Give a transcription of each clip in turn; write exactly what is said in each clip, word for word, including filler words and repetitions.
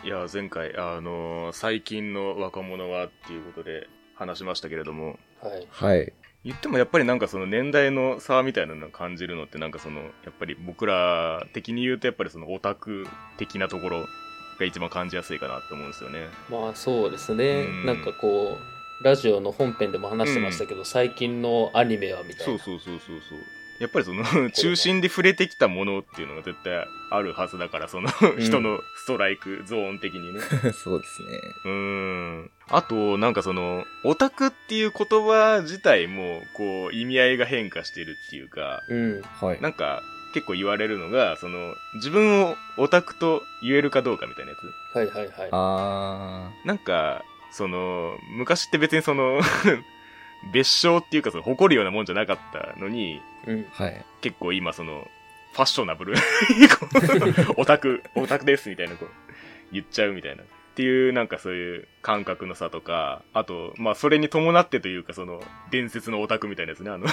いや前回あのー、最近の若者はっていうことで話しましたけれども、 はいはい言ってもやっぱりなんかその年代の差みたいなのを感じるのってなんかそのやっぱり僕ら的に言うとやっぱりそのオタク的なところが一番感じやすいかなって思うんですよね。 まあそうですね、 うん、 なんかこうラジオの本編でも話してましたけど、うん、最近のアニメはみたいな。 そうそうそうそうそう、やっぱりその中心で触れてきたものっていうのが絶対あるはずだから、その人のストライクゾーン的にねそうですね。 うーん、あとなんかそのオタクっていう言葉自体もこう意味合いが変化してるっていうか、 うん、 はい、 なんか結構言われるのがその自分をオタクと言えるかどうかみたいなやつ。 はいはいはい。 あーなんかその昔って別にその別称っていうかその誇るようなもんじゃなかったのに、 うん、 はい、 結構今そのファッショナブルオタクオタクですみたいなこう言っちゃうみたいなっていうなんかそういう感覚の差とか、あとまあそれに伴ってというかその伝説のオタクみたいなやつね、あの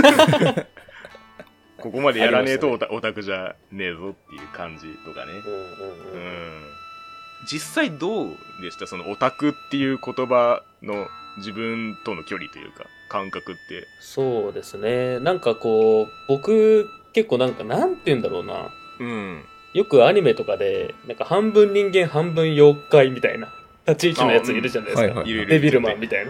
ここまでやらねえとオタ、ね、オタクじゃねえぞっていう感じとかね。 うんうんうん、 うん実際どうでしたそのオタクっていう言葉の自分との距離というか感覚って。 そうですね、なんかこう僕結構なんかなんて言うんだろうな、 うん、 よくアニメとかでなんか半分人間半分妖怪みたいな立ち位置のやついるじゃないですか、うんはいはいはい、デビルマンみたいな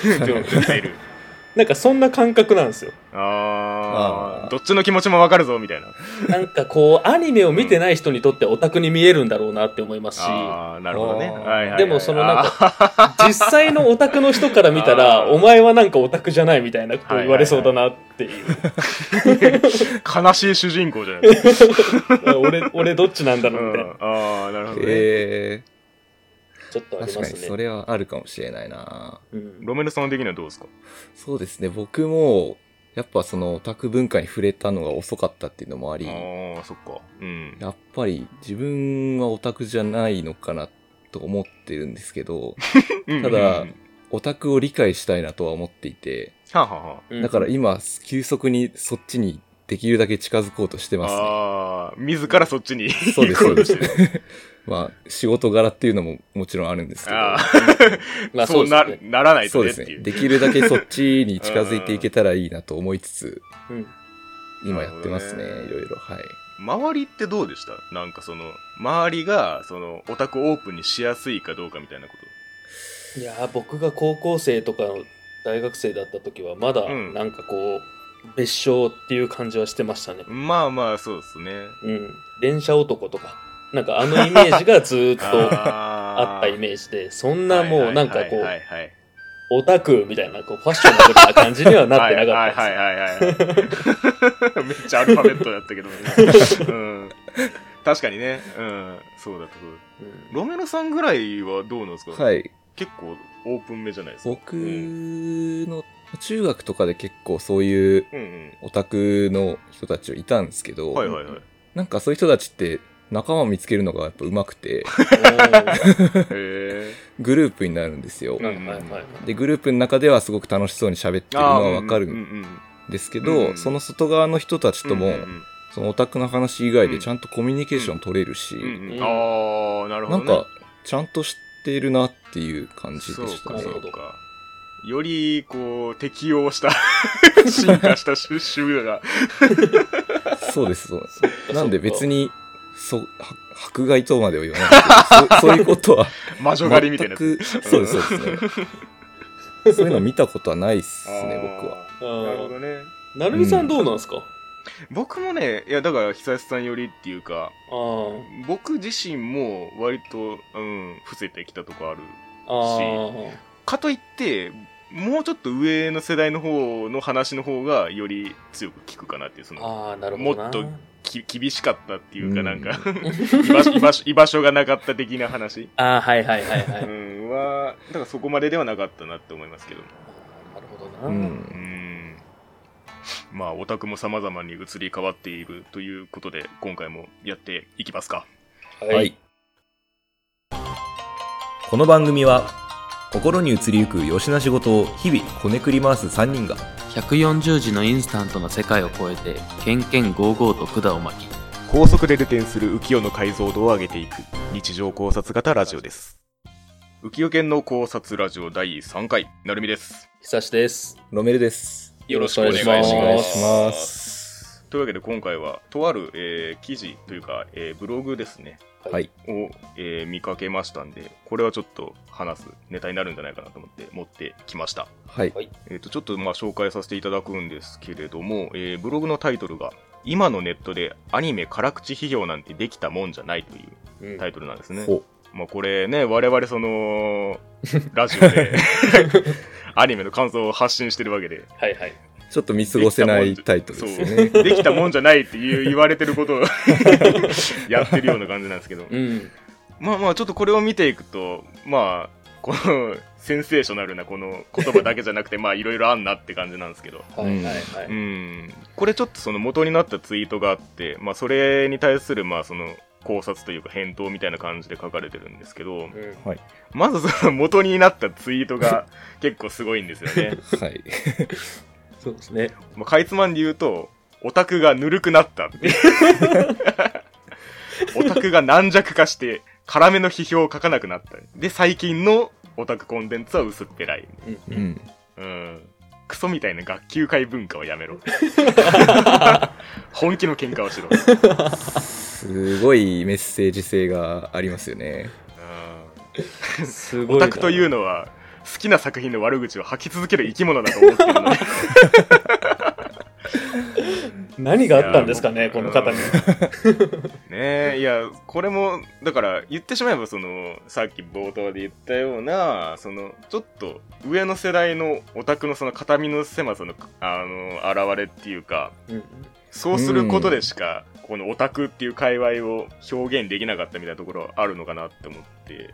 なんかそんな感覚なんですよ。 ああ、どっちの気持ちもわかるぞみたいな。 なんかこうアニメを見てない人にとってオタクに見えるんだろうなって思いますし、 ああ、なるほどね。はいはいはい、 でもそのなんか実際のオタクの人から見たらお前はなんかオタクじゃないみたいなことを言われそうだなっていう、 はいはいはい、悲しい主人公じゃないですか俺俺どっちなんだろうみたいな、 うん、ああなるほどね、 えーちょっとありますね。 確かにそれはあるかもしれないな、 うん、ロメルさん的にはどうですか？ そうですね、僕もやっぱそのオタク文化に触れたのが遅かったっていうのもあり、 ああそっか、うん、 やっぱり自分はオタクじゃないのかなと思ってるんですけどただ、うん、オタクを理解したいなとは思っていて、 はあはあ、だから今急速にそっちにできるだけ近づこうとしてますね。 ああ、自らそっちにそうですそうですまあ仕事柄っていうのももちろんあるんですけど、 あまあそうな、ね、ならないとねっていう。 そうですね。できるだけそっちに近づいていけたらいいなと思いつつ、 うん、 今やってますね、いろいろ。はい。 周りってどうでした？なんかその周りがそのオタクオープンにしやすいかどうかみたいなこと。 いや僕が高校生とか大学生だった時はまだなんかこう、うん、別称っていう感じはしてましたね。 まあまあそうですね。 うん。電車男とか。なんかあのイメージがずっとあったイメージで、そんなもうなんかこう、オタクみたいなこうファッショナブルな感じにはなってなかったです。はいはいはいはい。 めっちゃアルファベットだったけどね。うん。確かにね。うん。そうだったそうだ。うん、ロメロさんぐらいはどうなんですか？ はい。 結構オープンめじゃないですか？ 僕の中学とかで結構そういうオタクの人たちはいたんですけど、 はいはいはい、 なんかそういう人たちって仲間を見つけるのがやっぱ上手くてグループになるんですよ、でグループの中ではすごく楽しそうに喋ってるのはわかるんですけど、うんうん、その外側の人たちとも、うんうん、そのオタクの話以外でちゃんとコミュニケーション取れるし、なんかちゃんとしているなっていう感じでしたね。 そうかそうか、よりこう適応した進化した種類がそうですそうです。なんで別にそ迫害とまでは言わないけど、そ, そういうことは魔女狩りみたいなやつ。 そうですそうですね。そういうの見たことはないっすね僕は。 なるほどね。 なるみさんどうなんですか？うん、 僕もね、いやだから久志さんよりっていうか、あ僕自身も割とうん伏せてきたとこあるし、かといってもうちょっと上の世代の方の話の方がより強く聞くかなっていう、そのあなるほどもっとき厳しかったっていうか、なんか、うん、居, 場居, 場所居場所がなかった的な話あはいはいはいはい、 うん、はだからそこまでではなかったなって思いますけど。 なるほどな、 うん、うんまあオタクも様々に移り変わっているということで今回もやっていきますか。 はい、はい、 この番組は心に移りゆくよしな仕事を日々こねくり回すさんにんがひゃくよんじゅうじのインスタントな世界を超えてケンケンゴーゴーと管を巻き高速で流転する浮世の解像度を上げていく日常考察型ラジオです。浮世研の考察ラジオだいさんかい、なるみです。 久しです。 ロメルです。 よろしくお願いします。というわけで今回はとある、えー、記事というか、えー、ブログですね、 はい、 を、えー、見かけましたんで、これはちょっと話すネタになるんじゃないかなと思って持ってきました。 はい。 えーと、ちょっとまあ紹介させていただくんですけれども、えー、ブログのタイトルが今のネットでアニメ辛口批評なんてできたもんじゃないというタイトルなんですね。うん、まあ、これね、我々そのラジオでアニメの感想を発信してるわけで、 はいはい、 ちょっと見過ごせないタイトルですよね。 できたもんじゃないっていう言われてることをやってるような感じなんですけど、うん、まあまあちょっとこれを見ていくと、まあこのセンセーショナルなこの言葉だけじゃなくてまあいろいろあんなって感じなんですけど、 はいはいはい、 うん、これちょっとその元になったツイートがあって、まあそれに対するまあその考察というか返答みたいな感じで書かれてるんですけど、うん、 はい、 まずその元になったツイートが結構すごいんですよね。 はい。 そうですね。 まあ、かいつまんで言うと、オタクがぬるくなったってオタクが軟弱化して辛めの批評を書かなくなった。で、最近のオタクコンテンツは薄っぺらい。 うん。 うん。クソみたいな学級会文化をやめろ。本気の喧嘩をしろ。 すごいメッセージ性がありますよね。 うん。すごい。オタクというのは好きな作品の悪口を吐き続ける生き物だと思ってるのに。 何があったんですかね、この方に。 ねえ、いや、これもだから言ってしまえばそのさっき冒頭で言ったようなそのちょっと上の世代のオタクのその肩身の狭さのあの現れっていうか、うん、そうすることでしか、うん、このオタクっていう界隈を表現できなかったみたいなところはあるのかなって思って、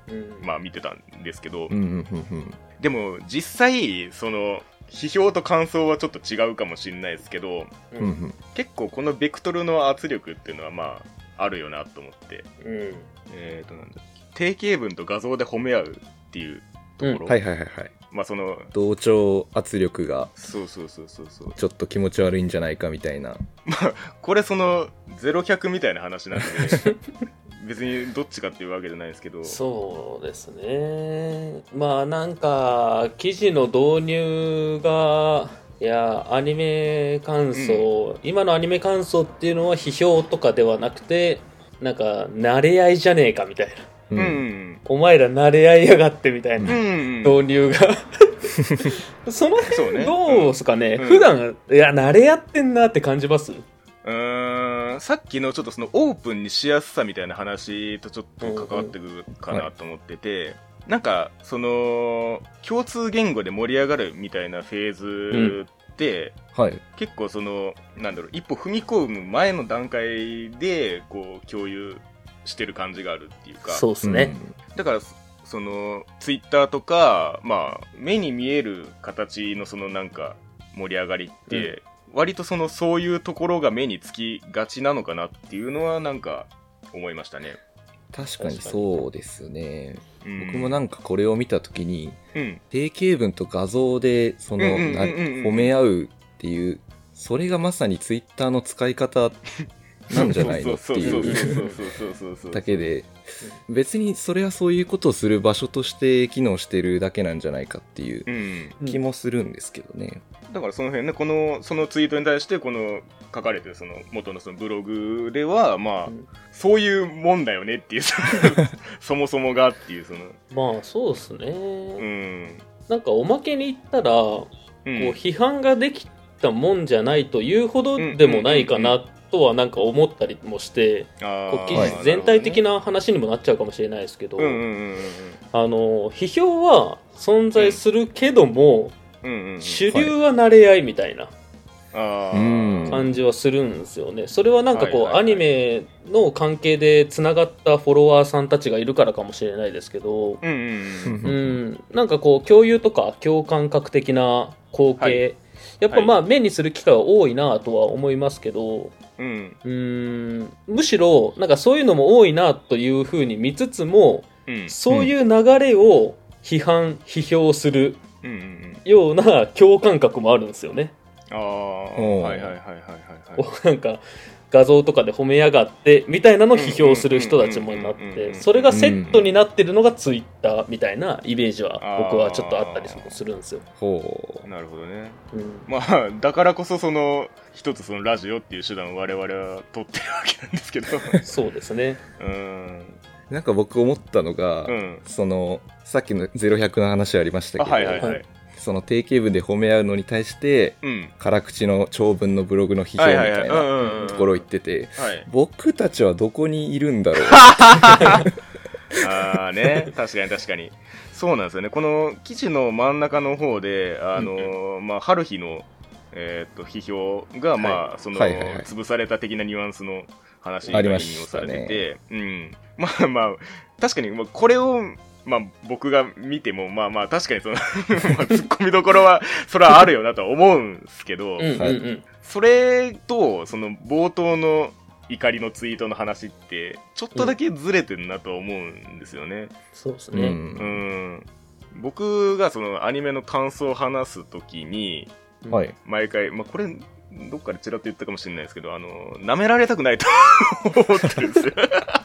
うん、まあ見てたんですけど、 うんうんうんうん、 でも実際その批評と感想はちょっと違うかもしれないですけど、 うんうん、 結構このベクトルの圧力っていうのはまああるよなと思って、 うん、 えーとなんだっけ、定型文と画像で褒め合うっていうところ、 うん、はいはいはいはい、 まあその同調圧力がそうそうそうそうそうちょっと気持ち悪いんじゃないかみたいな、 まあこれそのゼロひゃくみたいな話なんで別にどっちかっていうわけじゃないですけど、 そうですね。まあなんか記事の導入がいやアニメ感想、うん、今のアニメ感想っていうのは批評とかではなくてなんか慣れ合いじゃねえかみたいな、 うん、 お前ら慣れ合いやがってみたいな、うん、導入がその辺、ね、どうですかね、うん、普段いや慣れ合ってんなって感じます？ うーん、さっきのちょっとそのオープンにしやすさみたいな話とちょっと関わってくるかなと思ってて、うんうん、はい、なんかその共通言語で盛り上がるみたいなフェーズって、 うん、はい、 結構そのなんだろう一歩踏み込む前の段階でこう共有してる感じがあるっていうか、 そうですね、 うん、だからそのツイッターとかまあ目に見える形のそのなんか盛り上がりって、うん、割とそのそういうところが目につきがちなのかなっていうのはなんか思いましたね。 確かにそうですよね、 うん、 僕もなんかこれを見たときに、 うん、 定型文と画像でその褒め合うっていうそれがまさにツイッターの使い方なんじゃないのっていうだけで別にそれはそういうことをする場所として機能してるだけなんじゃないかっていう気もするんですけどね、 うん、だからその辺ねこのそのツイートに対してこの書かれてるその元のそのブログではまあ、うん、そういうもんだよねっていうそもそもがっていうそのまあそうですね、 うん、 なんかおまけに言ったら、うん、こう批判ができたもんじゃないというほどでもないかなとはなんか思ったりもして、こう記事全体的な話にもなっちゃうかもしれないですけど、あの批評は存在するけども、 うんうんうん、 主流は慣れ合いみたいなあ感じはするんですよね。それはなんかこう、はいはいはい、アニメの関係でつながったフォロワーさんたちがいるからかもしれないですけど、 うんうんうんうん、なんかこう共有とか共感覚的な光景、はい、やっぱまあ目にする機会は多いなとは思いますけど、 うん、 うーんむしろなんかそういうのも多いなというふうに見つつも、うん、そういう流れを批判批評するような共感覚もあるんですよね。 ああ、はいはいはいはいはい、 こうなんか画像とかで褒めやがってみたいなのを批評する人たちもなって、それがセットになってるのがツイッターみたいなイメージは僕はちょっとあったりするんですよ。 ほう、なるほどね、うん、まあだからこそその一つそのラジオっていう手段を我々は取ってるわけなんですけどそうですね。 うん、なんか僕思ったのが、うん、そのさっきのゼロひゃくの話ありましたけど、はいはいはい、その定型文で褒め合うのに対して、うん、辛口の長文のブログの批評みたいなところを言ってて、はい、僕たちはどこにいるんだろうああね、確かに確かにそうなんですよね。この記事の真ん中の方であの、うんうん、まあ春日の、えー、っと批評が、まあ、はい、その、はいはいはい、潰された的なニュアンスの話が引用されてて、ね、うん、まあまあ確かにこれをまあ僕が見てもまあまあ確かにそのツッコミどころはそれはあるよなとは思うんですけど、うんうんうん、それとその冒頭の怒りのツイートの話ってちょっとだけずれてるなと思うんですよね、うん、 そうですね、うんうん、僕がそのアニメの感想を話すときに、はい、毎回、まあ、これどっかでちらっと言ったかもしれないですけど、あの舐められたくないと思ってるんですよ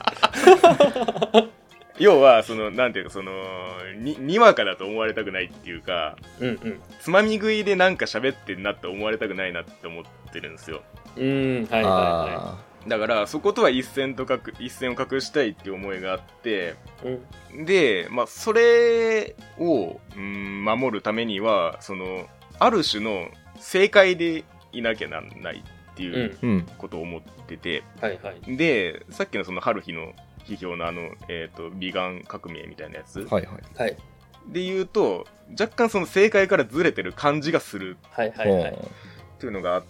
要はそのなんていうかその に, にわかだと思われたくないっていうか、うんうん、つまみ食いでなんか喋ってんなって思われたくないなって思ってるんですよ。 うん、はいはいはい。だからそことは一線とか一線を画したいっていう思いがあって、うん、でまあそれを、うん、守るためにはそのある種の正解でいなきゃなんないっていうことを思ってて、うんはいはい、でさっきのその春日の批評のあの、えっと、美顔革命みたいなやつ、はいはい、で言うと若干その正解からずれてる感じがする、はいはいはい、っていうのがあって、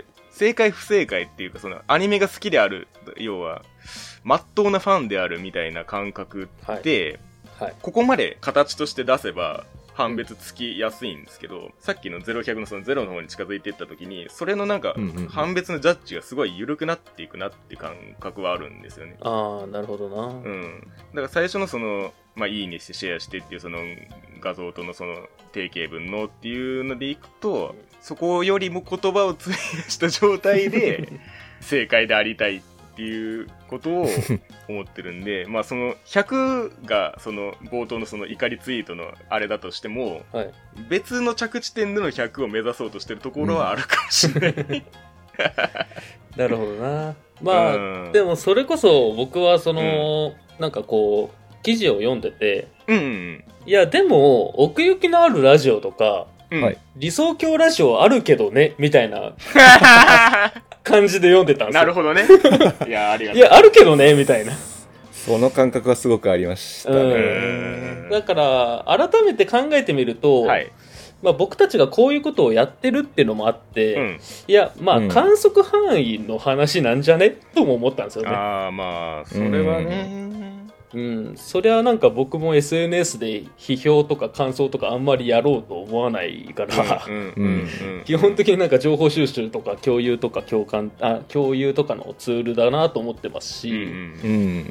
正解不正解っていうかそのアニメが好きである、要は真っ当なファンであるみたいな感覚って、はいはい、ここまで形として出せば判別つきやすいんですけど、うん、さっきのゼロひゃくのそのゼロの方に近づいていった時にそれのなんか判別のジャッジがすごい緩くなっていくなっていう感覚はあるんですよね。 ああ、なるほどな。うん。だから最初のそのまあいいねしてシェアしてっていうその画像とのその定型文のっていうのでいくと、そこよりも言葉を費やした状態で正解でありたいっていうことを思ってるんでまあそのひゃくがその冒頭のその怒りツイートのあれだとしても、はい、別の着地点でのひゃくを目指そうとしてるところはあるかもしれない、うん、 なるほどな。まあ、うん、でもそれこそ僕はその、うん、なんかこう記事を読んでて、うんうん、いやでも奥行きのあるラジオとか、うん、理想郷ラジオあるけどねみたいな感じで読んでたんですよ。 なるほどね。いやありがとう。 いやあるけどねみたいな。 その感覚はすごくありましたね。 うん、だから改めて考えてみると、はい、まあ、僕たちがこういうことをやってるっていうのもあって、うん、いやまあ、うん、観測範囲の話なんじゃねとも思ったんですよね。 ああまあそれはね。 うん、そりゃなんか僕も エスエヌエス で批評とか感想とかあんまりやろうと思わないから基本的になんか情報収集とか共有とか共感あ共有とかのツールだなと思ってますし、うんうん、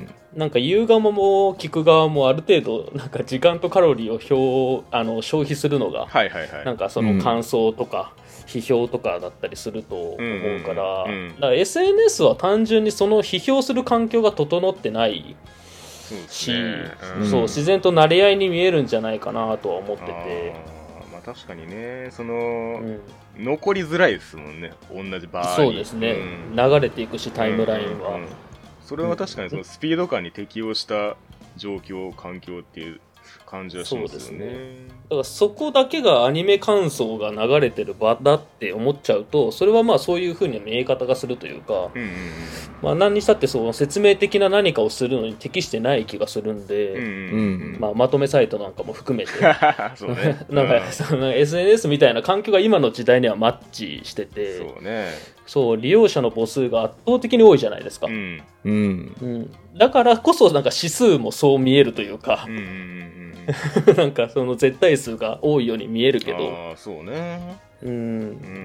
なんか言う側も聞く側もある程度なんか時間とカロリーを表あの消費するのが、はいはいはい、なんかその感想とか、うん、批評とかだったりすると思うから、うんうんうん、だから エスエヌエス は単純にその批評する環境が整ってないし、うん、そう自然と慣れ合いに見えるんじゃないかなとは思ってて、 あ、まあ、確かにねその、うん、残りづらいですもんね同じ場合に。 そうですね、うん、流れていくしタイムラインは、うんうんうん、 それは確かにそのスピード感に適応した状況環境っていう感じはしますよね。そうですね。 だからそこだけがアニメ感想が流れてる場だって思っちゃうとそれはまあそういう風に見え方がするというか、うんうんうん、まあ何にしたってその説明的な何かをするのに適してない気がするんで、うんうんうん、まあ、まとめサイトなんかも含めてそう、ね、なんかその エスエヌエス みたいな環境が今の時代にはマッチしてて、そうね、そう利用者の母数が圧倒的に多いじゃないですか、うんうんうん、だからこそなんか指数もそう見えるというか、うんうんうん、なんかその絶対数が多いように見えるけど、 あ、そうね、 うんうん、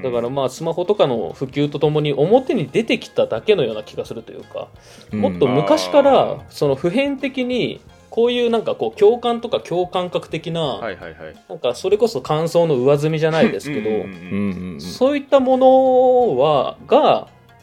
だからまあスマホとかの普及とともに表に出てきただけのような気がするというか、もっと昔からその普遍的にこういうなんかこう共感とか共感覚的な、はいはいはい、なんかそれこそ感想の上積みじゃないですけどそういったものはが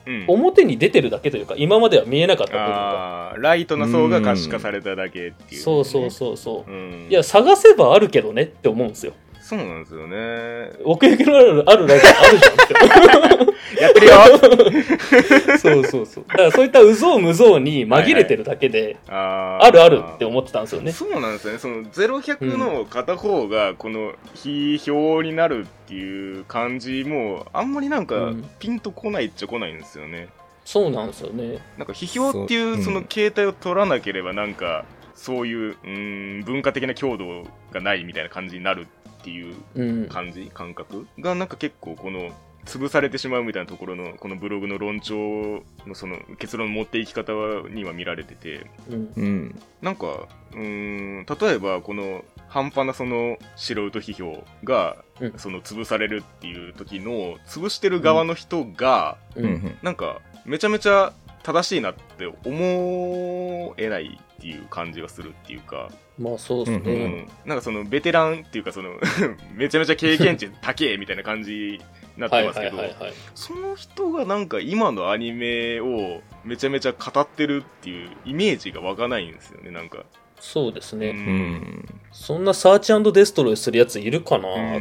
うん、表に出てるだけというか今までは見えなかった部分があライトな層が可視化されただけっていう、ね、うそうそうそうそう、うん、いや探せばあるけどねって思うんですよ。 そうなんですよね。 奥行きのあるあるライトあるじゃんってやってるよそうそうそう。だからそういったうぞうむぞうに紛れてるだけで、はいはい、あ, あるあるって思ってたんですよね。 そうなんですよね。そのゼロひゃくの片方がこの批評になるっていう感じもあんまりなんかピンとこないっちゃこないんですよね。うん、 そうなんですよね。 なんか批評っていうその形態を取らなければなんかそういう、うーん文化的な強度がないみたいな感じになるっていう感じ、うん、感覚がなんか結構この潰されてしまうみたいなところのこのブログの論調のその結論を持っていき方には見られてて、うん、なんかうーん例えばこの半端なその素人批評が、うん、その潰されるっていう時の潰してる側の人が、うん、なんかめちゃめちゃ正しいなって思えないっていう感じがするっていうか、 まあそうですね、うん、 なんかそのベテランっていうかそのめちゃめちゃ経験値高えみたいな感じになってますけど、その人がなんか今のアニメをめちゃめちゃ語ってるっていうイメージが湧かないんですよね。なんかそうですね、うん、そんなサーチ&デストロイするやついるかなと思って、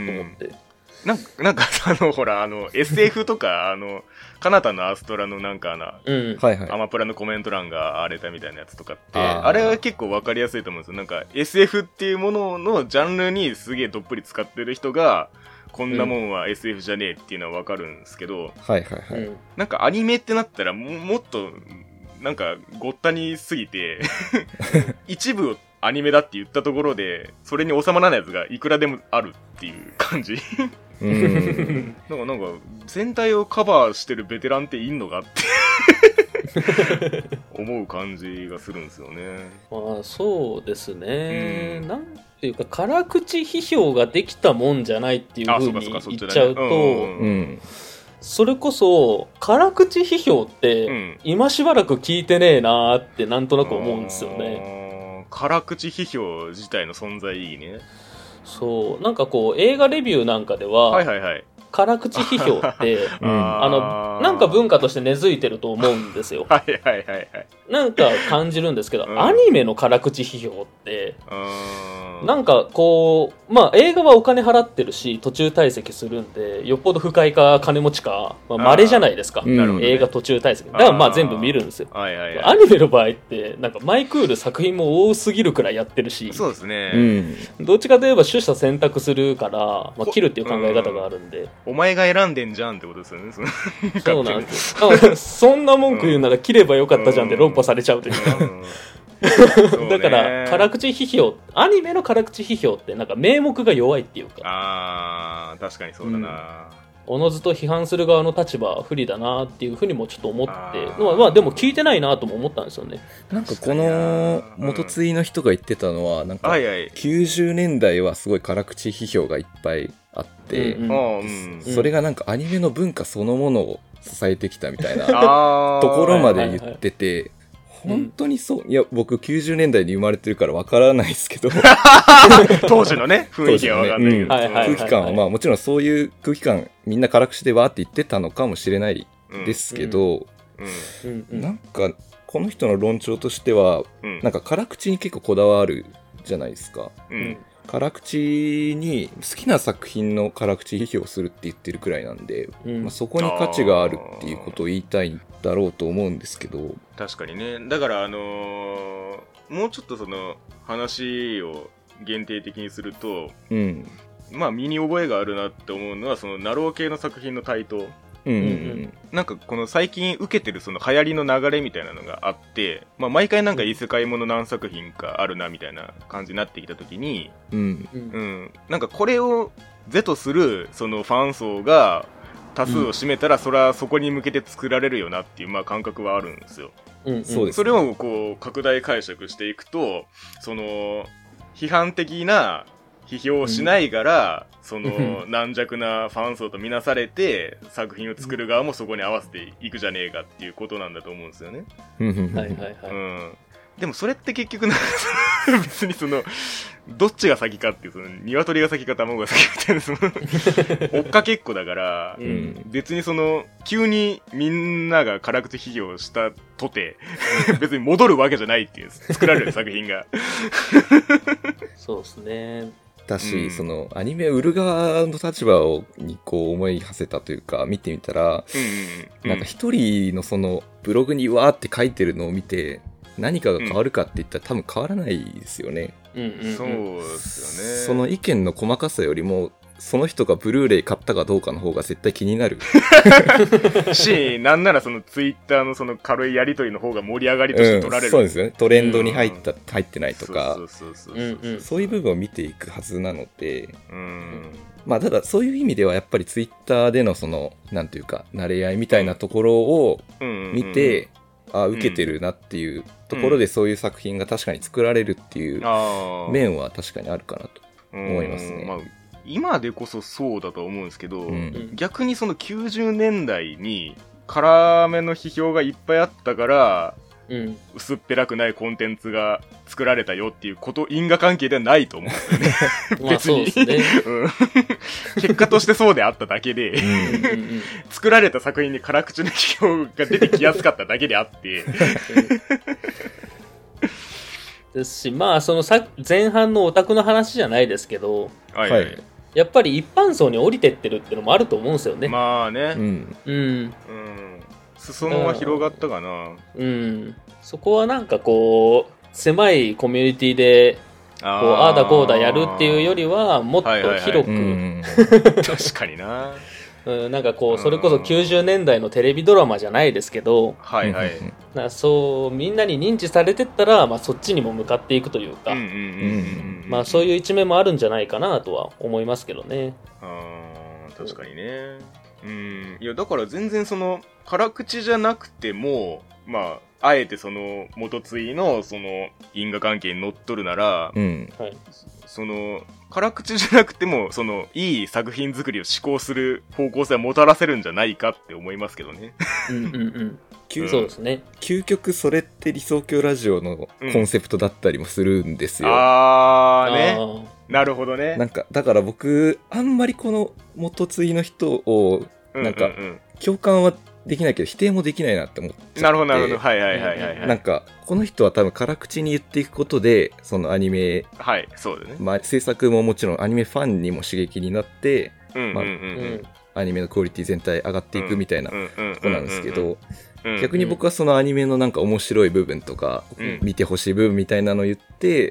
なんか、なんかあのほらあの エスエフ とかあのカナタのアストラのなんかあの、うんはいはい、アマプラのコメント欄が荒れたみたいなやつとかってあ, あれは結構分かりやすいと思うんですよ。なんか エスエフ っていうもののジャンルにすげえどっぷり使ってる人がこんなもんは エスエフ じゃねえっていうのは分かるんですけど、うん、はいはいはい、なんかアニメってなったら も, もっとなんかごったにすぎて一部をアニメだって言ったところでそれに収まらないやつがいくらでもあるっていう感じうんなんかなんか全体をカバーしてるベテランっていんのかって思う感じがするんですよね。 まあそうですね、うん、なんていうか辛口批評ができたもんじゃないっていう風に言っちゃうと、それこそ辛口批評って今しばらく聞いてねえなーってなんとなく思うんですよね。 辛口批評自体の存在いいね。 そうなんかこう映画レビューなんかでは、はいはいはい、辛口批評って、うん、あのなんか文化として根付いてると思うんですよ。はいはいはいはい。なんか感じるんですけど、うん、アニメの辛口批評ってなんかこうまあ映画はお金払ってるし途中退席するんでよっぽど不快か金持ちかまあ、稀じゃないですか、うん、映画途中退席だからまあ全部見るんですよ。はいはいはい、アニメの場合ってなんかマイクール作品も多すぎるくらいやってるし、 そうですね、 うん、どっちかといえば取捨選択するから、まあ、切るっていう考え方があるんで、 うん、お前が選んでんじゃんってことですよね。 そうなんですよ。そんな文句言うなら切ればよかったじゃんって論破されちゃうというか、うん、だから辛口批評アニメの辛口批評ってなんか名目が弱いっていうか、 あー確かにそうだな、 おのずと批判する側の立場は不利だなっていうふうにもちょっと思ってのは、まあでも聞いてないなとも思ったんですよね。 なんかこの元ツイの人が言ってたのはなんかきゅうじゅうねんだいはすごい辛口批評がいっぱいあって、うんうん、それがなんかアニメの文化そのものを支えてきたみたいなところまで言ってて、本当にそう、いや僕きゅうじゅうねんだいに生まれてるからわからないですけど当時のね雰囲気はわかんないけど、 空気感はまあもちろんそういう空気感みんな辛口でわーって言ってたのかもしれないですけど、うんうん、なんかこの人の論調としては、うん、なんか辛口に結構こだわるじゃないですか、うん、辛口に好きな作品の辛口批評するって言ってるくらいなんで、うんまあ、そこに価値があるっていうことを言いたいんだろうと思うんですけど、 確かにね。だからあのー、もうちょっとその話を限定的にすると、うん、まあ身に覚えがあるなって思うのはそのナロー系の作品の台頭、うんうんうん、なんかこの最近受けてるその流行りの流れみたいなのがあって、まあ、毎回なんか異世界もの何作品かあるなみたいな感じになってきた時に、うんうん、なんかこれを是とするそのファン層が多数を占めたら、うん、それはそこに向けて作られるよなっていう、まあ、感覚はあるんですよ、うんうん、そうですね。それをこう拡大解釈していくとその批判的な批評をしないから、うん、その軟弱なファン層とみなされて作品を作る側もそこに合わせていくじゃねえかっていうことなんだと思うんですよね。はいはいはい。うん。 でもそれって結局なんか別にそのどっちが先かっていうその鶏が先か卵が先みたいなその追っかけっこだから、うん、別にその急にみんなが辛口批評したとて別に戻るわけじゃないっていう作られる作品がそうですね。 だし、うん、そのアニメを売る側の立場をにこう思い馳せたというか見てみたら、うんうんうん、なんか一人のそのブログにわーって書いてるのを見て何かが変わるかって言ったら、うん、多分変わらないですよね。 うんうんうん、そうですよね。 その意見の細かさよりもその人がブルーレイ買ったかどうかの方が絶対気になるし、なんならそのツイッターのその軽いやり取りの方が盛り上がりとして取られる、うん、 そうですよね。トレンドに入った、うん、入ってないとかそういう部分を見ていくはずなので、うん、まあただそういう意味ではやっぱりツイッターでのそのなんていうか慣れ合いみたいなところを見て、うん、あ受けてるなっていうところでそういう作品が確かに作られるっていう面は確かにあるかなと思いますね。 うん、まあ今でこそそうだと思うんですけど、うん、逆にそのきゅうじゅうねんだいに辛めの批評がいっぱいあったから、うん、薄っぺらくないコンテンツが作られたよっていうこと因果関係ではないと思うんですよね別に、そうですねうん、結果としてそうであっただけで作られた作品に辛口の批評が出てきやすかっただけであってですし、まあそのさ前半のオタクの話じゃないですけど、 はいはい、 やっぱり一般層に降りてってるっていうのもあると思うんですよね。 まあね、うんうん、うん、 裾野は広がったかな。 うん、そこはなんかこう狭いコミュニティでこうああだこうだやるっていうよりはもっと広く、はいはいはい、確かになうん、なんかこうそれこそきゅうじゅうねんだいのテレビドラマじゃないですけど、 はいはい、 なそうみんなに認知されてったら、まあ、そっちにも向かっていくというか、まあそういう一面もあるんじゃないかなとは思いますけどね。 あ確かにね。うん、いやだから全然その辛口じゃなくてもまああえてその元ツイのその因果関係にのっとるなら、うんはい、その辛口じゃなくてもそのいい作品作りを志向する方向性をもたらせるんじゃないかって思いますけどね。 うんうんうんそうですね。 究極それって理想郷ラジオのコンセプトだったりもするんですよ。 うん、あーね。なるほどね。 なんかだから僕あんまりこの元ツイの人をなんか共感はできないけど否定もできないなって思っちゃって。 なるほどなるほど。はいはいはいはい、はい。 なんかこの人は多分辛口に言っていくことでそのアニメ、 はいそうだね。 まあ制作ももちろんアニメファンにも刺激になって、うんうんうんうんまあ、アニメのクオリティ全体上がっていくみたいなとこなんですけど、逆に僕はそのアニメのなんか面白い部分とか、うん、見てほしい部分みたいなのを言って。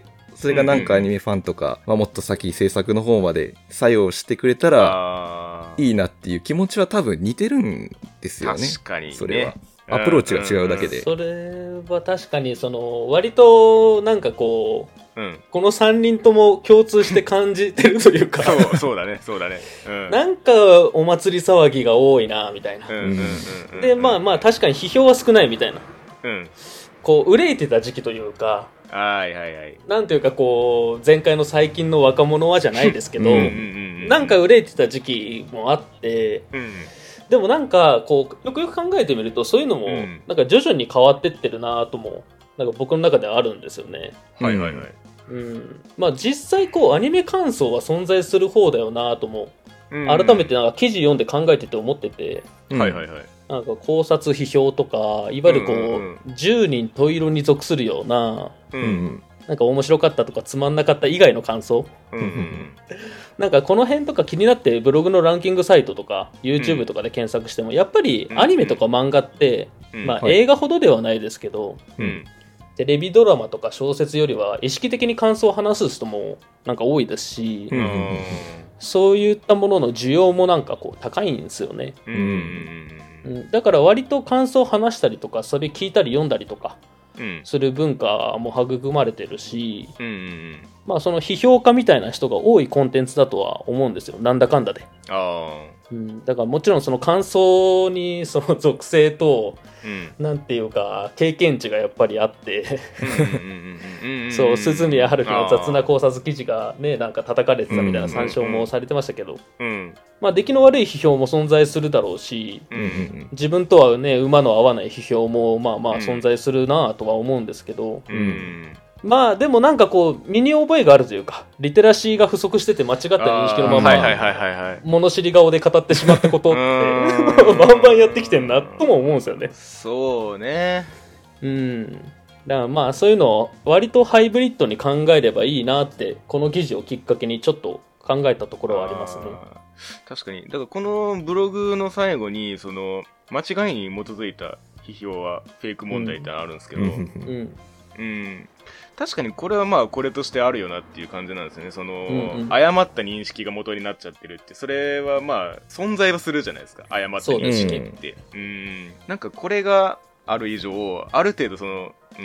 それがなんかアニメファンとか、まあ、もっと先制作の方まで作用してくれたらいいなっていう気持ちは多分似てるんですよね。 確かにね。 それはアプローチが違うだけで、 うんうんうん、それは確かにその割となんかこう、うん、このさんにんとも共通して感じてるというかそうそうだねそうだね、 うん、なんかお祭り騒ぎが多いなみたいな、うんうんうんうん、でまあまあ確かに批評は少ないみたいな、うん、こう憂いてた時期というかはいはいはい。 なんていうかこう前回の最近の若者はじゃないですけど、うんうんうんうん、なんか憂いてた時期もあって、うん、でもなんかこうよくよく考えてみるとそういうのもなんか徐々に変わってってるなともなんか僕の中ではあるんですよね。 はいはいはい。 うん、まあ実際こうアニメ感想は存在する方だよなとも、うんうん、改めてなんか記事読んで考えてて思ってて、 うん、はいはいはい。 なんか考察批評とかいわゆるこう、うんうんうん、じゅうにん十色に属するような、うんうん、なんか面白かったとかつまんなかった以外の感想、うんうん、なんかこの辺とか気になってブログのランキングサイトとか YouTube とかで検索しても、うん、やっぱりアニメとか漫画って、うんまあ、映画ほどではないですけど、うん、テレビドラマとか小説よりは意識的に感想を話す人もなんか多いですし、うん、そういったものの需要もなんかこう高いんですよね、うんうん、だから割と感想を話したりとかそれ聞いたり読んだりとかする文化も育まれてるし、うんうん、まあその批評家みたいな人が多いコンテンツだとは思うんですよなんだかんだで。 あうん、だからもちろんその感想にその属性と、 うん、 なんていうか経験値がやっぱりあってそう鈴宮春日の雑な考察記事がねなんか叩かれてたみたいな参照もされてましたけど、 うん、 まあ出来の悪い批評も存在するだろうし、 うん、 自分とはね馬の合わない批評もまあまあ存在するなとは思うんですけど、 うん、 まあでもなんかこう身に覚えがあるというかリテラシーが不足してて間違った認識のまま物知り顔で語ってしまったことってバンバンやってきてんなとも思うんですよね。 そうね。 うんだからまあそういうのを割とハイブリッドに考えればいいなってこの記事をきっかけにちょっと考えたところはありますね。 確かに。だからこのブログの最後にその間違いに基づいた批評はフェイク問題ってあるんですけど、うん、 うんうん確かにこれはまあこれとしてあるよなっていう感じなんですよね。その、 うんうん、 誤った認識が元になっちゃってるってそれはまあ存在はするじゃないですか。誤った認識って う、うん、なんかこれがある以上ある程度その、うん、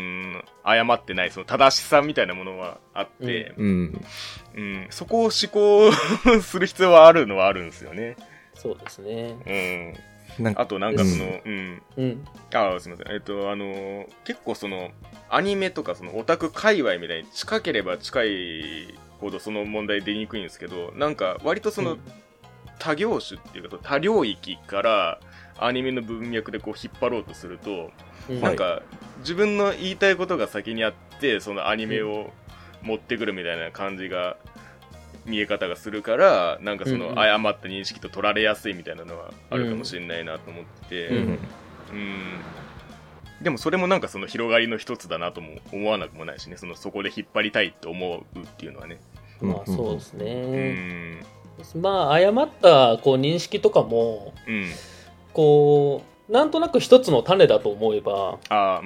誤ってないその正しさみたいなものはあって、 うんうん、そこを思考する必要はあるのはあるんですよね。 そうですね。 うんあとなんかその、うん、 うん、 あすみません、えっとあのー、結構そのアニメとかそのオタク界隈みたいに近ければ近いほどその問題出にくいんですけど、なんか割とその他業種っていうか多領域からアニメの文脈でこう引っ張ろうとすると、うん、なんか自分の言いたいことが先にあってそのアニメを持ってくるみたいな感じが見え方がするからなんかその誤った認識と取られやすいみたいなのはあるかもしれないなと思って、うんうん、でもそれもなんかその広がりの一つだなとも思わなくもないしね。そのそこで引っ張りたいと思うっていうのはね。 まあそうですね、うん、まあ誤ったこう認識とかも、 うん、 こうなんとなく一つの種だと思えばあ、うん、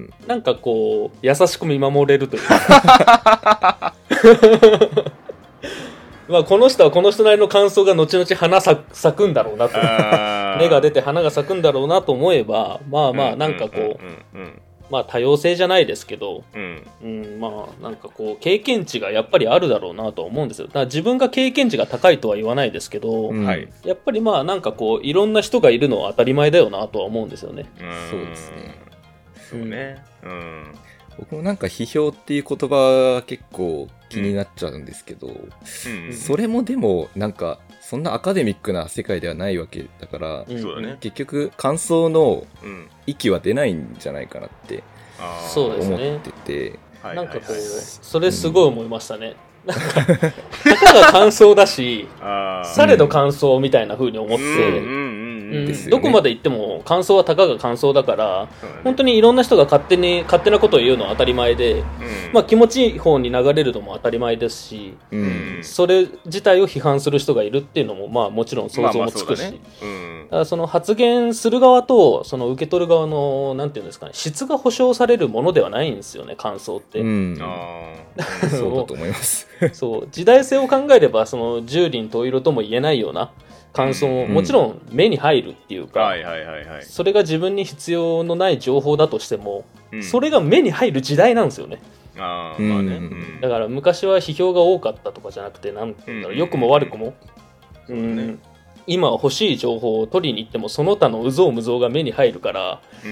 なんかこう優しく見守れるというかまあこの人はこの人なりの感想が後々花咲くんだろうなと芽が出て花が咲くんだろうなと思えばまあまあなんかこうまあ多様性じゃないですけど、 うんうん、まあなんかこう経験値がやっぱりあるだろうなと思うんですよ。だから自分が経験値が高いとは言わないですけど、 うん、 やっぱりまあなんかこういろんな人がいるのは当たり前だよなとは思うんですよね。 そうですね。 そうね。うん。 僕もなんか批評っていう言葉結構気になっちゃうんですけど、 うん、 それもでもなんかそんなアカデミックな世界ではないわけだから、 うんそうだね、 結局感想の息は出ないんじゃないかなって思ってて、 なんかこうそれすごい思いましたね。なんかたかが感想だしされど感想みたいな風に思って、どこまで行っても感想はたかが感想だから、ね、本当にいろんな人が勝手に勝手なことを言うのは当たり前で、うん、まあ気持ちいい方に流れるのも当たり前ですし、 うん、 それ自体を批判する人がいるっていうのもまあもちろん想像もつくし、まあまあそうだね、うん、だからその発言する側とその受け取る側のなんていうんですかね、質が保証されるものではないんですよね、感想って、 うん、あそうだと思いますそう時代性を考えればその十輪十色とも言えないような感想も、うん、もちろん目に入るっていうか、それが自分に必要のない情報だとしても、うん、それが目に入る時代なんですよね。 あまあね、うん、 だから昔は批評が多かったとかじゃなくてなんていうんだろう、良くも悪くも、うんうん、今は欲しい情報を取りに行ってもその他の有象無象が目に入るから、 うん、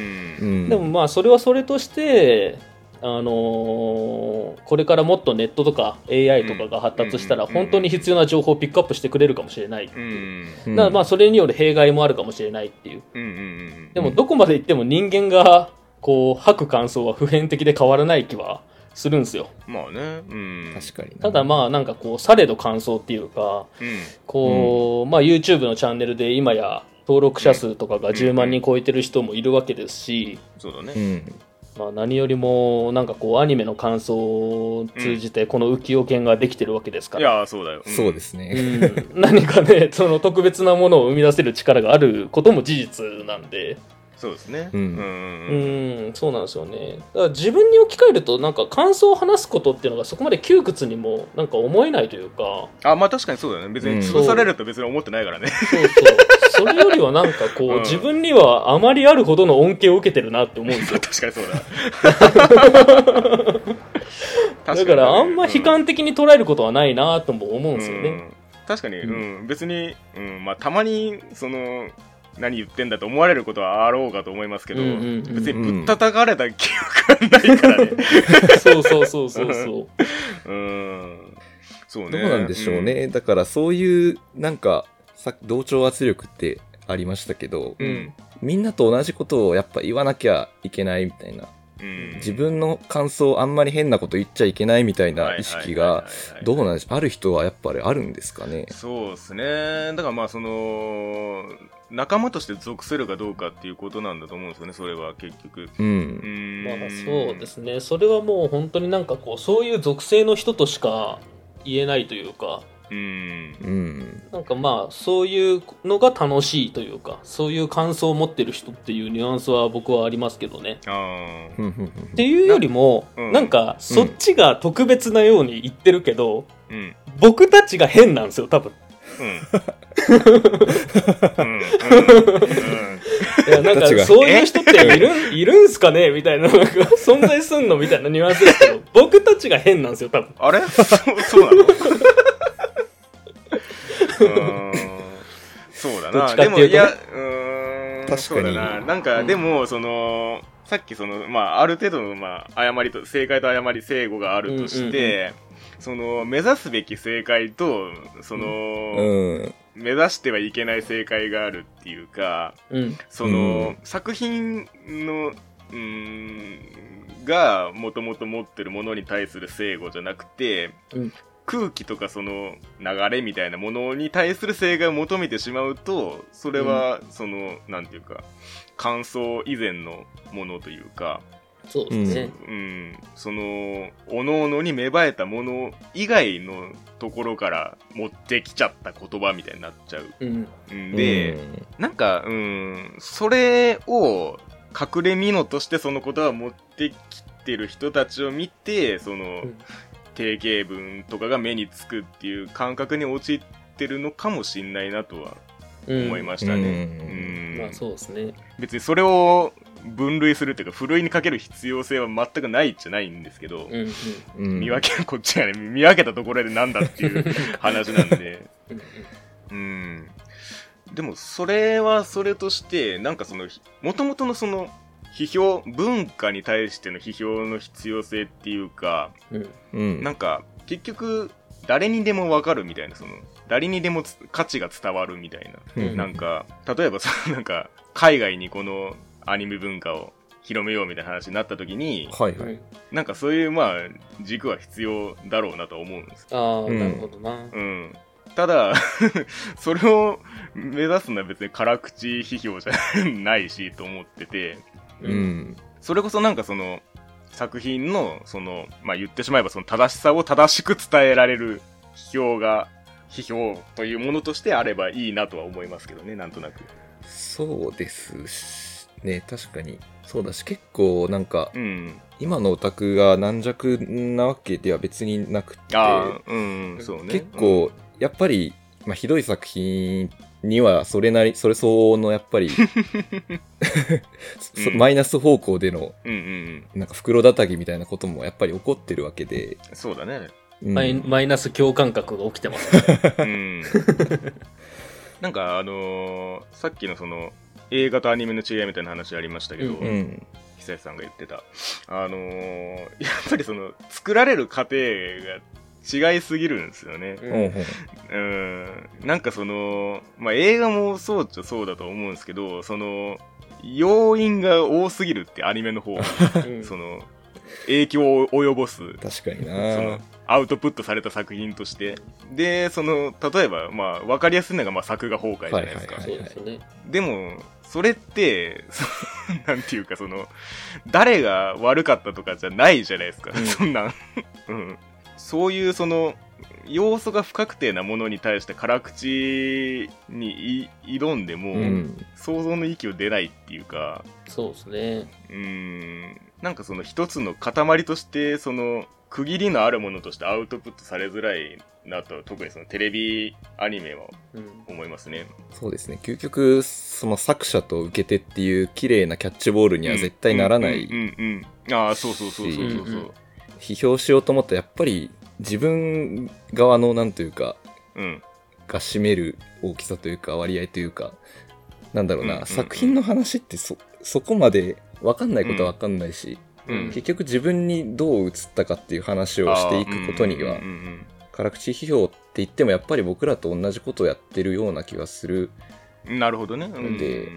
でもまあそれはそれとしてあのー、これからもっとネットとか エーアイ とかが発達したら本当に必要な情報をピックアップしてくれるかもしれないっていう、うん、だからまあそれによる弊害もあるかもしれないっていう、 うんうんうん、 でもどこまでいっても人間がこう吐く感想は普遍的で変わらない気はするんですよ。 まあね、うん、 確かに。 ただまあなんかこうされど感想っていうか、 うん、 こう、まあ YouTube のチャンネルで今や登録者数とかがじゅうまんにん超えてる人もいるわけですし、 そうだね、 うんまあ、何よりもなんかこうアニメの感想を通じてこの浮世犬ができてるわけですから、 うん、いやそうだよ、 うん、そうですね、 うん、何かねその特別なものを生み出せる力があることも事実なんで、 そうですね、 うん、 うん、そうなんですよね。だから自分に置き換えるとなんか感想を話すことっていうのがそこまで窮屈にもなんか思えないというか、 あまあ確かにそうだよね、別に潰されると別に思ってないからね、 そうそうそれよりはなんかこう、うん、自分にはあまりあるほどの恩恵を受けてるなって思うんですよ確かにそうだだからあんま悲観的に捉えることはないなとも思うんですよね、 確かに、うん、うん、別に、うん、まあたまにその何言ってんだと思われることはあろうかと思いますけど、うんうんうん、別にぶったたかれた記憶はないからね。 そうそうそうそうそう。 うん、そうね。 どうなんでしょうね。うん、だからそういうなんかさ同調圧力ってありましたけど、うん、みんなと同じことをやっぱ言わなきゃいけないみたいな。うん、自分の感想あんまり変なこと言っちゃいけないみたいな意識がどうなんでしょう、ある人はやっぱりあるんですかね。 そうですね。だからまあその仲間として属せるかどうかっていうことなんだと思うんですよね、それは結局。 うん。うん、まあそうですね。それはもう本当になんかこうそういう属性の人としか言えないというか。うん、なんかまあそういうのが楽しいというか、そういう感想を持ってる人っていうニュアンスは僕はありますけどね。あっていうよりも な,、うん、なんかそっちが特別なように言ってるけど、うん、僕たちが変なんですよ多分。うん、いやなんかそういう人っているいるんすかねみたいな、なんか存在すんのみたいなニュアンスですけど、僕たちが変なんですよ多分。 あれそ, そうなのうーんそうだな。でもいや、うーん、確かにそうだな。なんか、うん、でもそのさっきそのまあある程度のまあ誤りと正解と誤り正誤があるとして、うんうんうん、その目指すべき正解とその、うん、目指してはいけない正解があるっていうか、うん、その、うん、作品のうーんがもともと持ってるものに対する正誤じゃなくて、うん、空気とかその流れみたいなものに対する正解を求めてしまうと、それはその、うん、なんていうか感想以前のものというか、 そうですね、 うん、その各々に芽生えたもの以外のところから持ってきちゃった言葉みたいになっちゃう、うん、で、うん、なんか、うん、それを隠れ蓑としてその言葉を持ってきてる人たちを見て、その、うん、定型文とかが目につくっていう感覚に陥ってるのかもしんないなとは思いましたね。うんうん、まあそうですね。 別にそれを分類するっていうかふるいにかける必要性は全くないじゃないんですけど、うんうん、見分けこっちがね見分けたところでなんだっていう話なんで、うん、でもそれはそれとしてなんかその元々のその批評文化に対しての批評の必要性っていうか、うん、なんか結局誰にでも分かるみたいな、その誰にでも価値が伝わるみたいな、うん、なんか例えばそのなんか海外にこのアニメ文化を広めようみたいな話になった時に、はいはい、なんかそういうまあ軸は必要だろうなと思うんです。 ああ、うん、なるほどな。 うん。ただそれを目指すのは別に辛口批評じゃないしと思ってて、うん、それこそなんかその作品のそのまあ言ってしまえばその正しさを正しく伝えられる批評が批評というものとしてあればいいなとは思いますけどね、なんとなく。 そうですね、確かにそうだし、結構なんか、うん、今のオタクが軟弱なわけでは別になくて、あ、うん、そうね、結構、うん、やっぱり、まあ、ひどい作品にはそれなりそれ相応のやっぱりうん、マイナス方向での、うんうんうん、なんか袋叩きみたいなこともやっぱり起こってるわけで、 そうだね、 うん、マイ、マイナス共感覚が起きてますね、うん、 なんかあのー、さっきのその映画とアニメの違いみたいな話ありましたけど、うん、久石さんが言ってたあのー、やっぱりその作られる過程が違いすぎるんですよね、うん、うん、なんかその、まあ、映画もそうっちゃそうだと思うんですけど、その要因が多すぎるってアニメの方、うん、その影響を及ぼす、 確かにな、 そのアウトプットされた作品として、でその例えばまあ分かりやすいのがまあ作画崩壊じゃないですか、はいはいはいはい、でもそれってなんていうかその誰が悪かったとかじゃないじゃないですか、うん、そんな、うん、そういうその要素が不確定なものに対して辛口に挑んでも、うん、想像の域を出ないっていうか、 そうですね、 うーん、なんかその一つの塊としてその区切りのあるものとしてアウトプットされづらいなと、特にそのテレビアニメは思いますね、 うん、そうですね、究極その作者と受け手っていう綺麗なキャッチボールには絶対ならないし、 ああ、そうそうそうそうそうそう、うんうん、 批評しようと思ったらやっぱり自分側のなんというか、うん、 が占める大きさというか割合というか、なんだろうな、うんうんうん、作品の話ってそそこまで分かんないことは分かんないし、うん、結局自分にどう映ったかっていう話をしていくことには、うんうんうん、辛口批評って言ってもやっぱり僕らと同じことをやってるような気がする。 なるほどね。 で、 うん、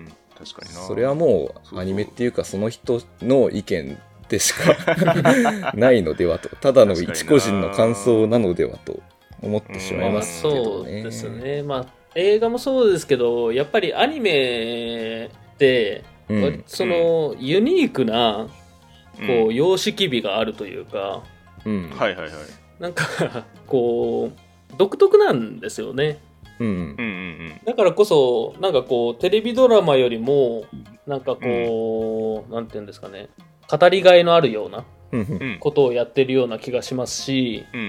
確かにな。 それはもうアニメっていうかその人の意見でしかないのではと、ただの一個人の感想なのではと思ってしまいますけどね。 そうですね。まあ映画もそうですけど、やっぱりアニメって、うん、そのユニークなこう様式美があるというか、 うん、はいはいはい。 なんかこう独特なんですよね。 うんうんうん、 だからこそなんかこうテレビドラマよりもなんかこう、うん、なんていうんですかね、語りがいのあるようなことをやってるような気がしますし、 うんうんうん、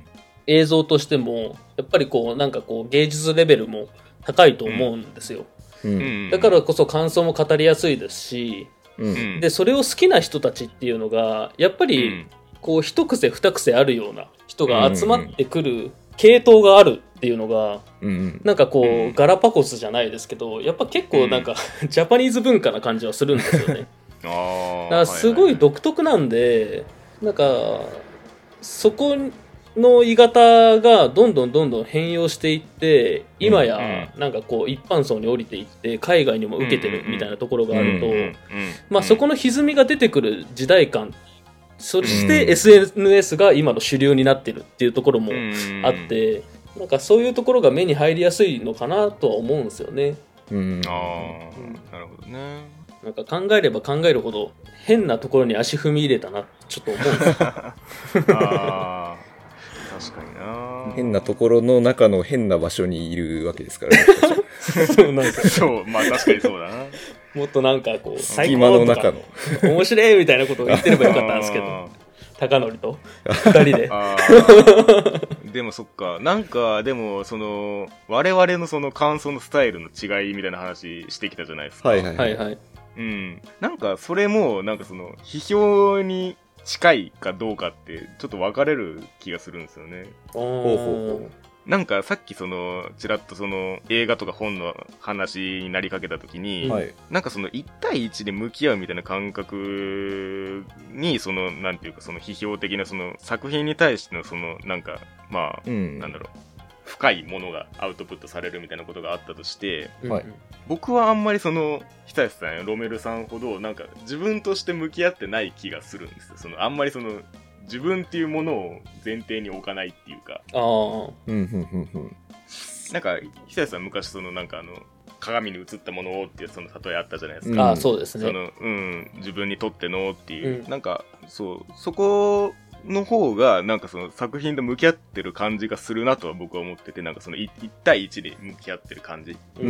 映像としてもやっぱりこうなんかこう芸術レベルも高いと思うんですよ、 うんうん、 だからこそ感想も語りやすいですし、うん、でそれを好きな人たちっていうのがやっぱりこう一癖二癖あるような人が集まってくる系統があるっていうのが、 うん、 なんかこう、うん、ガラパゴスじゃないですけどやっぱ結構なんか、うん、ジャパニーズ文化な感じはするんですよね。 あ、 だからすごい独特なんで、なんかそこの鋳型がどんどんどんどん変容していって今やなんかこう一般層に降りていって海外にも受けてるみたいなところがあると、まあそこの歪みが出てくる時代感、そして エスエヌエス が今の主流になってるっていうところもあって、なんかそういうところが目に入りやすいのかなとは思うんですよね。 うん、 ああ、なるほどね。 なんか考えれば考えるほど変なところに足踏み入れたなちょっと思うんですよ。 ああ、確かにな。 変なところの中の変な場所にいるわけですからね。 そうなんかそう、まあ確かにそうだな。 もっとなんかこう隙間の中の面白いみたいなことを言ってればよかったんですけど、高則とふたりで。 あでもそっか、なんかでもその我々のその感想のスタイルの違いみたいな話してきたじゃないですか。 はいはいはいはい。 うん、なんかそれもなんかその批評に近いかどうかってちょっと分かれる気がするんですよね。 ほうほうほう。 なんかさっきそのちらっとその映画とか本の話になりかけた時に、 はい、 なんかそのいち対いちで向き合うみたいな感覚にそのなんていうかその批評的なその作品に対してのそのなんかまあ、うん、なんだろう深いものがアウトプットされるみたいなことがあったとして、 はい、 僕はあんまりその久石さんやロメルさんほどなんか自分として向き合ってない気がするんですよ。そのあんまりその自分っていうものを前提に置かないっていうか。 ああ。 うんふんふんふん。 なんか久石さん昔そのなんかあの鏡に映ったものをっていうその例えあったじゃないですか。 うん、ああそうですね。 そのうん自分にとってのっていう、うん、なんかそうそこの方がなんかその作品と向き合ってる感じがするなとは僕は思ってて、なんかそのいち対いちで向き合ってる感じ、 うん、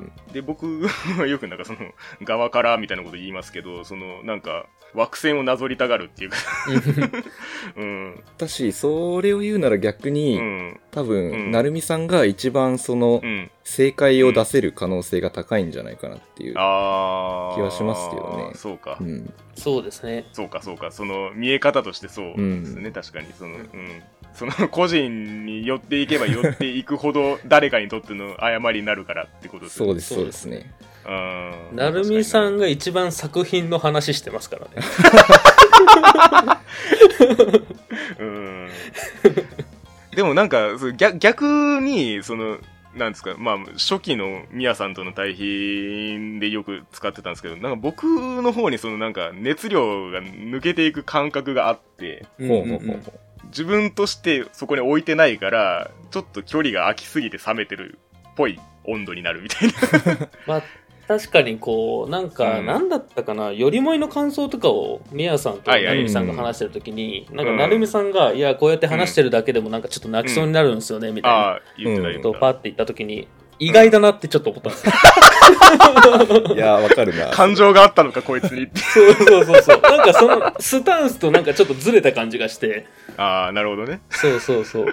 で僕はよくなんかその側からみたいなこと言いますけど、そのなんか惑星をなぞりたがるっていうかうん、 だしそれを言うなら逆に、うん、多分、うん、成美さんが一番その、うん、正解を出せる可能性が高いんじゃないかなっていう気はしますけどね。 そうか、 うん、 そうですね。 そうかそうか、その見え方としてそうですね、うん、確かにその、うん、その個人に寄っていけば寄っていくほど誰かにとっての誤りになるからってことですね。 そうですそうですね。 成美さんが一番作品の話してますからね。 うんでもなんか逆、逆にそのなんですか、まあ初期のミヤさんとの対比でよく使ってたんですけど、なんか僕の方にそのなんか熱量が抜けていく感覚があって、 うんうんうん、 自分としてそこに置いてないからちょっと距離が空きすぎて冷めてるっぽい温度になるみたいな。 まあ確かにこうなんか何だったかな、うん、よりもいの感想とかをミヤさんと成美さんが話してる時に、なんか成美さんがいやこうやって話してるだけでもなんかちょっと泣きそうになるんですよね、うん、みたいなことをパッて言った時に意外だなってちょっと思ったんですよ。 いやわかるな。 感情があったのかこいつに。 そうそうそうそう。なんかそのスタンスとなんかちょっとずれた感じがして。 ああなるほどね。 そうそうそう。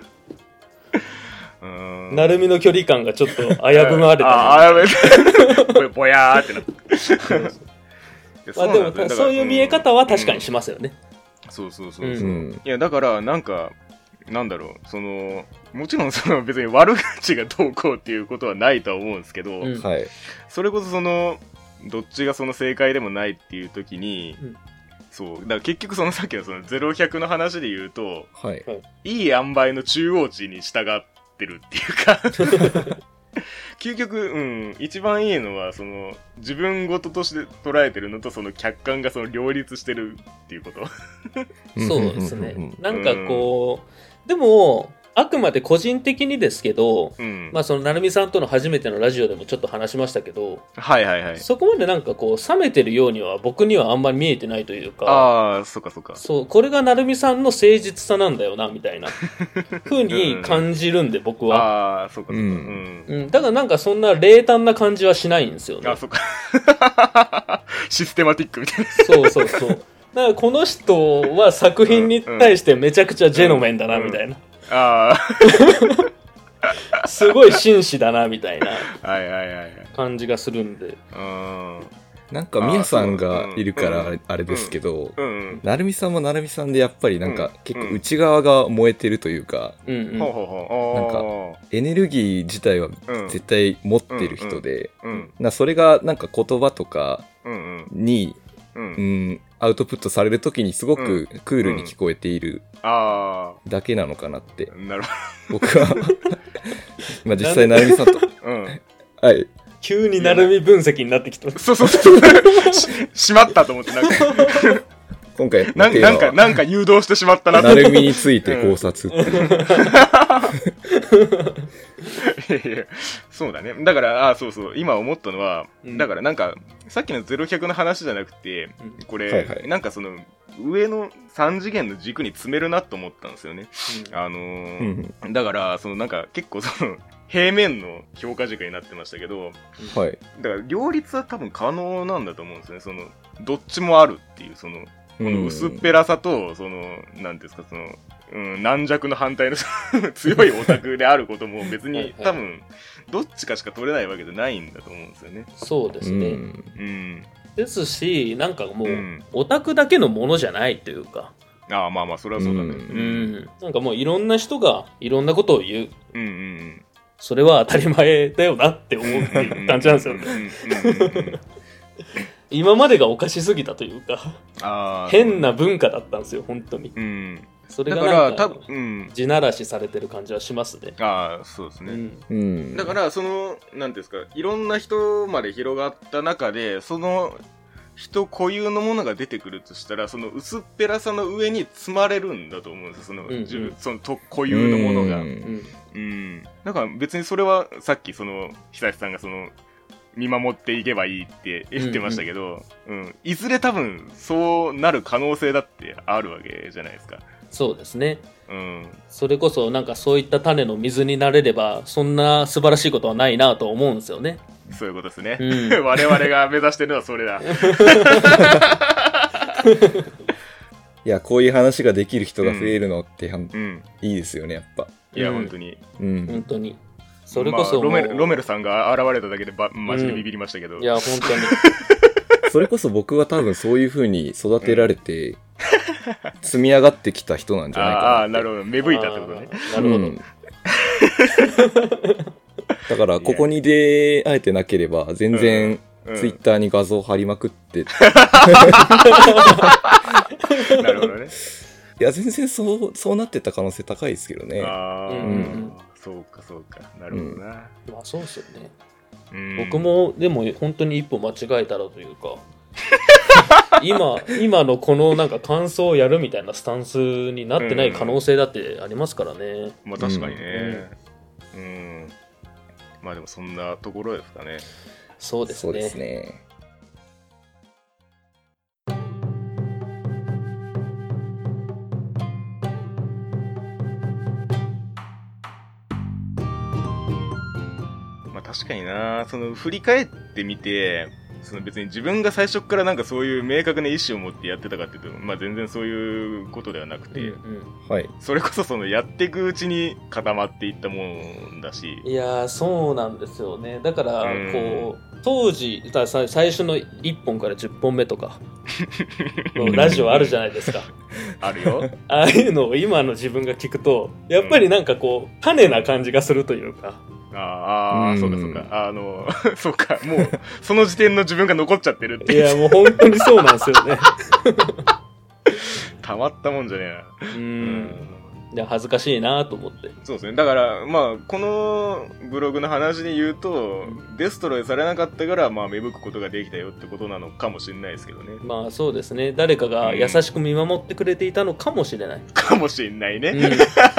成美の距離感がちょっと危ぶまれた。 ああ、危ぶぼやーってなって。 まあでもそういう見え方は確かにしますよね。 うん、そうそうそうそう、うん。いやだからなんかなんだろう、その、もちろんその別に悪口がどうこうっていうことはないとは思うんですけど、うん、それこそその、どっちがその正解でもないっていう時に、うん、そう、だから結局そのさっきのそのゼロひゃくの話で言うと、はい、いい塩梅の中央値に従ってるっていうか、究極、うん、一番いいのは、その、自分事として捉えてるのと、その客観がその両立してるっていうこと。 そうですね。なんかこう、うん、でも、あくまで個人的にですけど、うん、まあその成美さんとの初めてのラジオでもちょっと話しましたけど、 はいはいはい。 そこまでなんかこう冷めてるようには僕にはあんまり見えてないというか、 ああ、そっかそっか。 そう、これが成美さんの誠実さなんだよなみたいな風に感じるんで僕は。 ああ、そっかそっか。うん。 うん。だからなんかそんな冷淡な感じはしないんですよね。 あ、そっか。システマティックみたいな。 そうそうそう。だからこの人は作品に対してめちゃくちゃジェノメンだなみたいな。 ああすごい紳士だなみたいな感じがするんで、 うんなんかみやさんがいるからあれですけど、なるみさんもなるみさんでやっぱりなんか結構内側が燃えてるというか、うんうん、なんかエネルギー自体は絶対持ってる人で、なそれがなんか言葉とかに、うんうん、アウトプットされるときにすごくクールに聞こえているだけなのかなって、 うん、なるほど僕はまあ実際なるみさんと、うん、はい急になるみ分析になってきた。 そうそうそうし, しまったと思ってなんか今回ななんかなんか誘導してしまったなとなるみについて考察、うん、いやいやそうだね。だからあそうそう今思ったのは、うん、だからなんかさっきのゼロひゃくの話じゃなくて、うん、これ、はいはい、なんかその上のさん次元の軸に詰めるなと思ったんですよね、うん、あのーうん、だからそのなんか結構その平面の評価軸になってましたけど、はい、だから両立は多分可能なんだと思うんですね。そのどっちもあるっていうそのこの薄っぺらさとそのなんですかその、うん、軟弱の反対の強いオタクであることも別に多分どっちかしか取れないわけじゃないんだと思うんですよね。 そうですね。うん、ですしなんかもう、うん、オタクだけのものじゃないというか。 ああまあまあそれはそうだね。うん、うん、 なんかもういろんな人がいろんなことを言う。うんうんうんそれは当たり前だよなって思うっていう感じなんですよね。今までがおかしすぎたというかあ変な文化だったんですよ本当に、うん、それがなんか地ならしされてる感じはしますね。 ああそうですね、うん、だからそのなんですかいろんな人まで広がった中でその人固有のものが出てくるとしたらその薄っぺらさの上に積まれるんだと思うんですよその、うんうん、その固有のものが、うんうんうん、だから別にそれはさっきその久石さんがその見守っていけばいいって言ってましたけど、うんうんうん、いずれ多分そうなる可能性だってあるわけじゃないですか。 そうですね、うん、それこそなんかそういった種の水になれればそんな素晴らしいことはないなと思うんですよね。 そういうことですね、うん、我々が目指してるのはそれだいやこういう話ができる人が増えるのって、うん、いいですよねやっぱ。 いや、うん、本当に、 うん、本当にそれこそ、 まあ、ロメル、ロメルさんが現れただけでばマジでビビりましたけど、うん、 いや本当にそれこそ僕は多分そういう風に育てられて、うん、積み上がってきた人なんじゃないかな。 ああなるほど芽吹いたってことね。 なるほど、うんだからここに出会えてなければ全然ツイッターに画像貼りまくって、うんうん、なるほどね。いや全然そうそうなってた可能性高いですけどね。 ああ、うん、そうかそうかなるほどな、うん、 まあそうですよね、うん、僕もでも本当に一歩間違えたらというか今今のこのなんか感想をやるみたいなスタンスになってない可能性だってありますからね、うん、 まあ確かにね、うん、うん、まあでもそんなところですかね。 そうですね。 そうですね。 まあ確かになその振り返ってみてその別に自分が最初からなんかそういう明確な意思を持ってやってたかっていうと、まあ全然そういうことではなくて、うんうん、 はい、 それこそそのやっていくうちに固まっていったもんだし。 いやーそうなんですよね。だからこう、うん、当時最初のいっぽんからじゅっぽんめとかのラジオあるじゃないですか。 あるよ。 ああいうのを今の自分が聞くとやっぱりなんかこう種な感じがするというか。 ああ、そうかそうか。あの、そうか、もう、その時点の自分が残っちゃってるっていう。いや、もう本当にそうなんですよね。 たまったもんじゃねえな。 うん。いや、恥ずかしいなと思って。 そうですね。だから、まあ、このブログの話で言うと、デストロイされなかったから、まあ、芽吹くことができたよってことなのかもしれないですけどね。 まあ、そうですね。誰かが優しく見守ってくれていたのかもしれない。うん、 かもしれないね。うん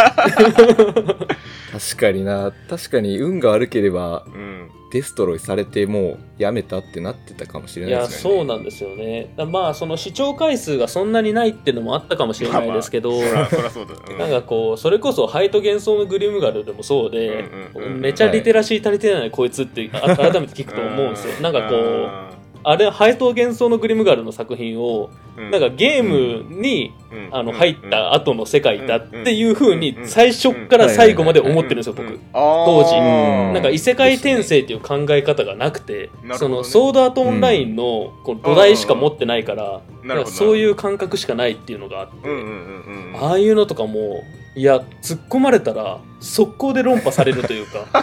確かにな。確かに運が悪ければ、うん、デストロイされてもうやめたってなってたかもしれないですね。いや、そうなんですよね。まあその視聴回数がそんなにないっていうのもあったかもしれないですけど、 まあまあ、そらそうだ、 うん、なんかこうそれこそハイト幻想のグリムガルでもそうで、うんうんうんうん、めちゃリテラシー足りてない、はい、こいつって改めて聞くと思うんですよ。なんかこうあれハイト幻想のグリムガルの作品を、うん、なんかゲームに、うん、あの入った後の世界だっていう風に最初から最後まで思ってるんですよ、僕。当時なんか異世界転生っていう考え方がなくて、ね、そのソードアートオンラインのこの土台しか持ってないから、うん、なんかそういう感覚しかないっていうのがあって、ああいうのとかもいや突っ込まれたら速攻で論破されるというか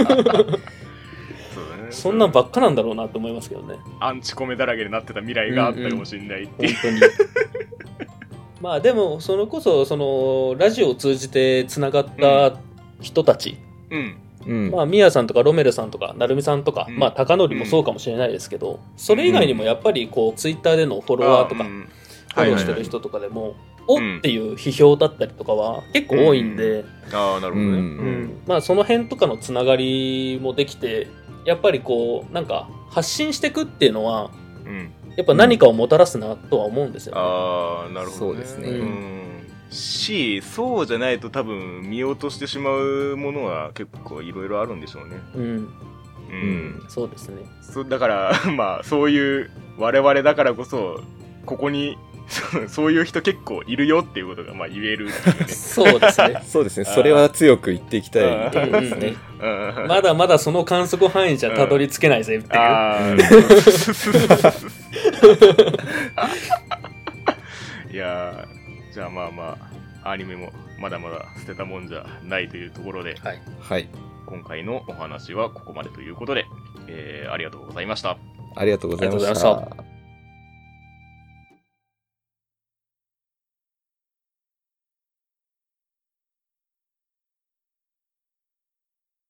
そんなんばっかなんだろうなと思いますけどね。 アンチコメだらけになってた未来があったかもしれないっていう、 うんうん、本当にまあでもそれこそそのラジオを通じてつながった人たち、うんうん、まあミヤさんとかロメルさんとかなるみさんとか、うん、まあ高則もそうかもしれないですけど、うん、それ以外にもやっぱりこうツイッターでのフォロワーとか、うん、フォローしてる人とかでも、はいはいはい、おっていう批評だったりとかは結構多いんで、 うん、ああなるほどね、うんうん、 まあその辺とかのつながりもできてやっぱりこうなんか発信していくっていうのは、うん、やっぱ何かをもたらすなとは思うんですよね。 ああなるほどね。 そうですね、うん、 しそうじゃないと多分見落としてしまうものは結構いろいろあるんでしょうね。 うん、うんうん、そうですね。 そだからまあそういう我々だからこそここにそういう人結構いるよっていうことがまあ言えるっていうね。 そうですね。 そうですね。それは強く言っていきたいところですね。 まだまだその観測範囲じゃたどり着けないぜっていう。 いやー、じゃあまあまあアニメもまだまだ捨てたもんじゃないというところで、 はい、はい、 今回のお話はここまでということで、えー、ありがとうございました。 ありがとうございました。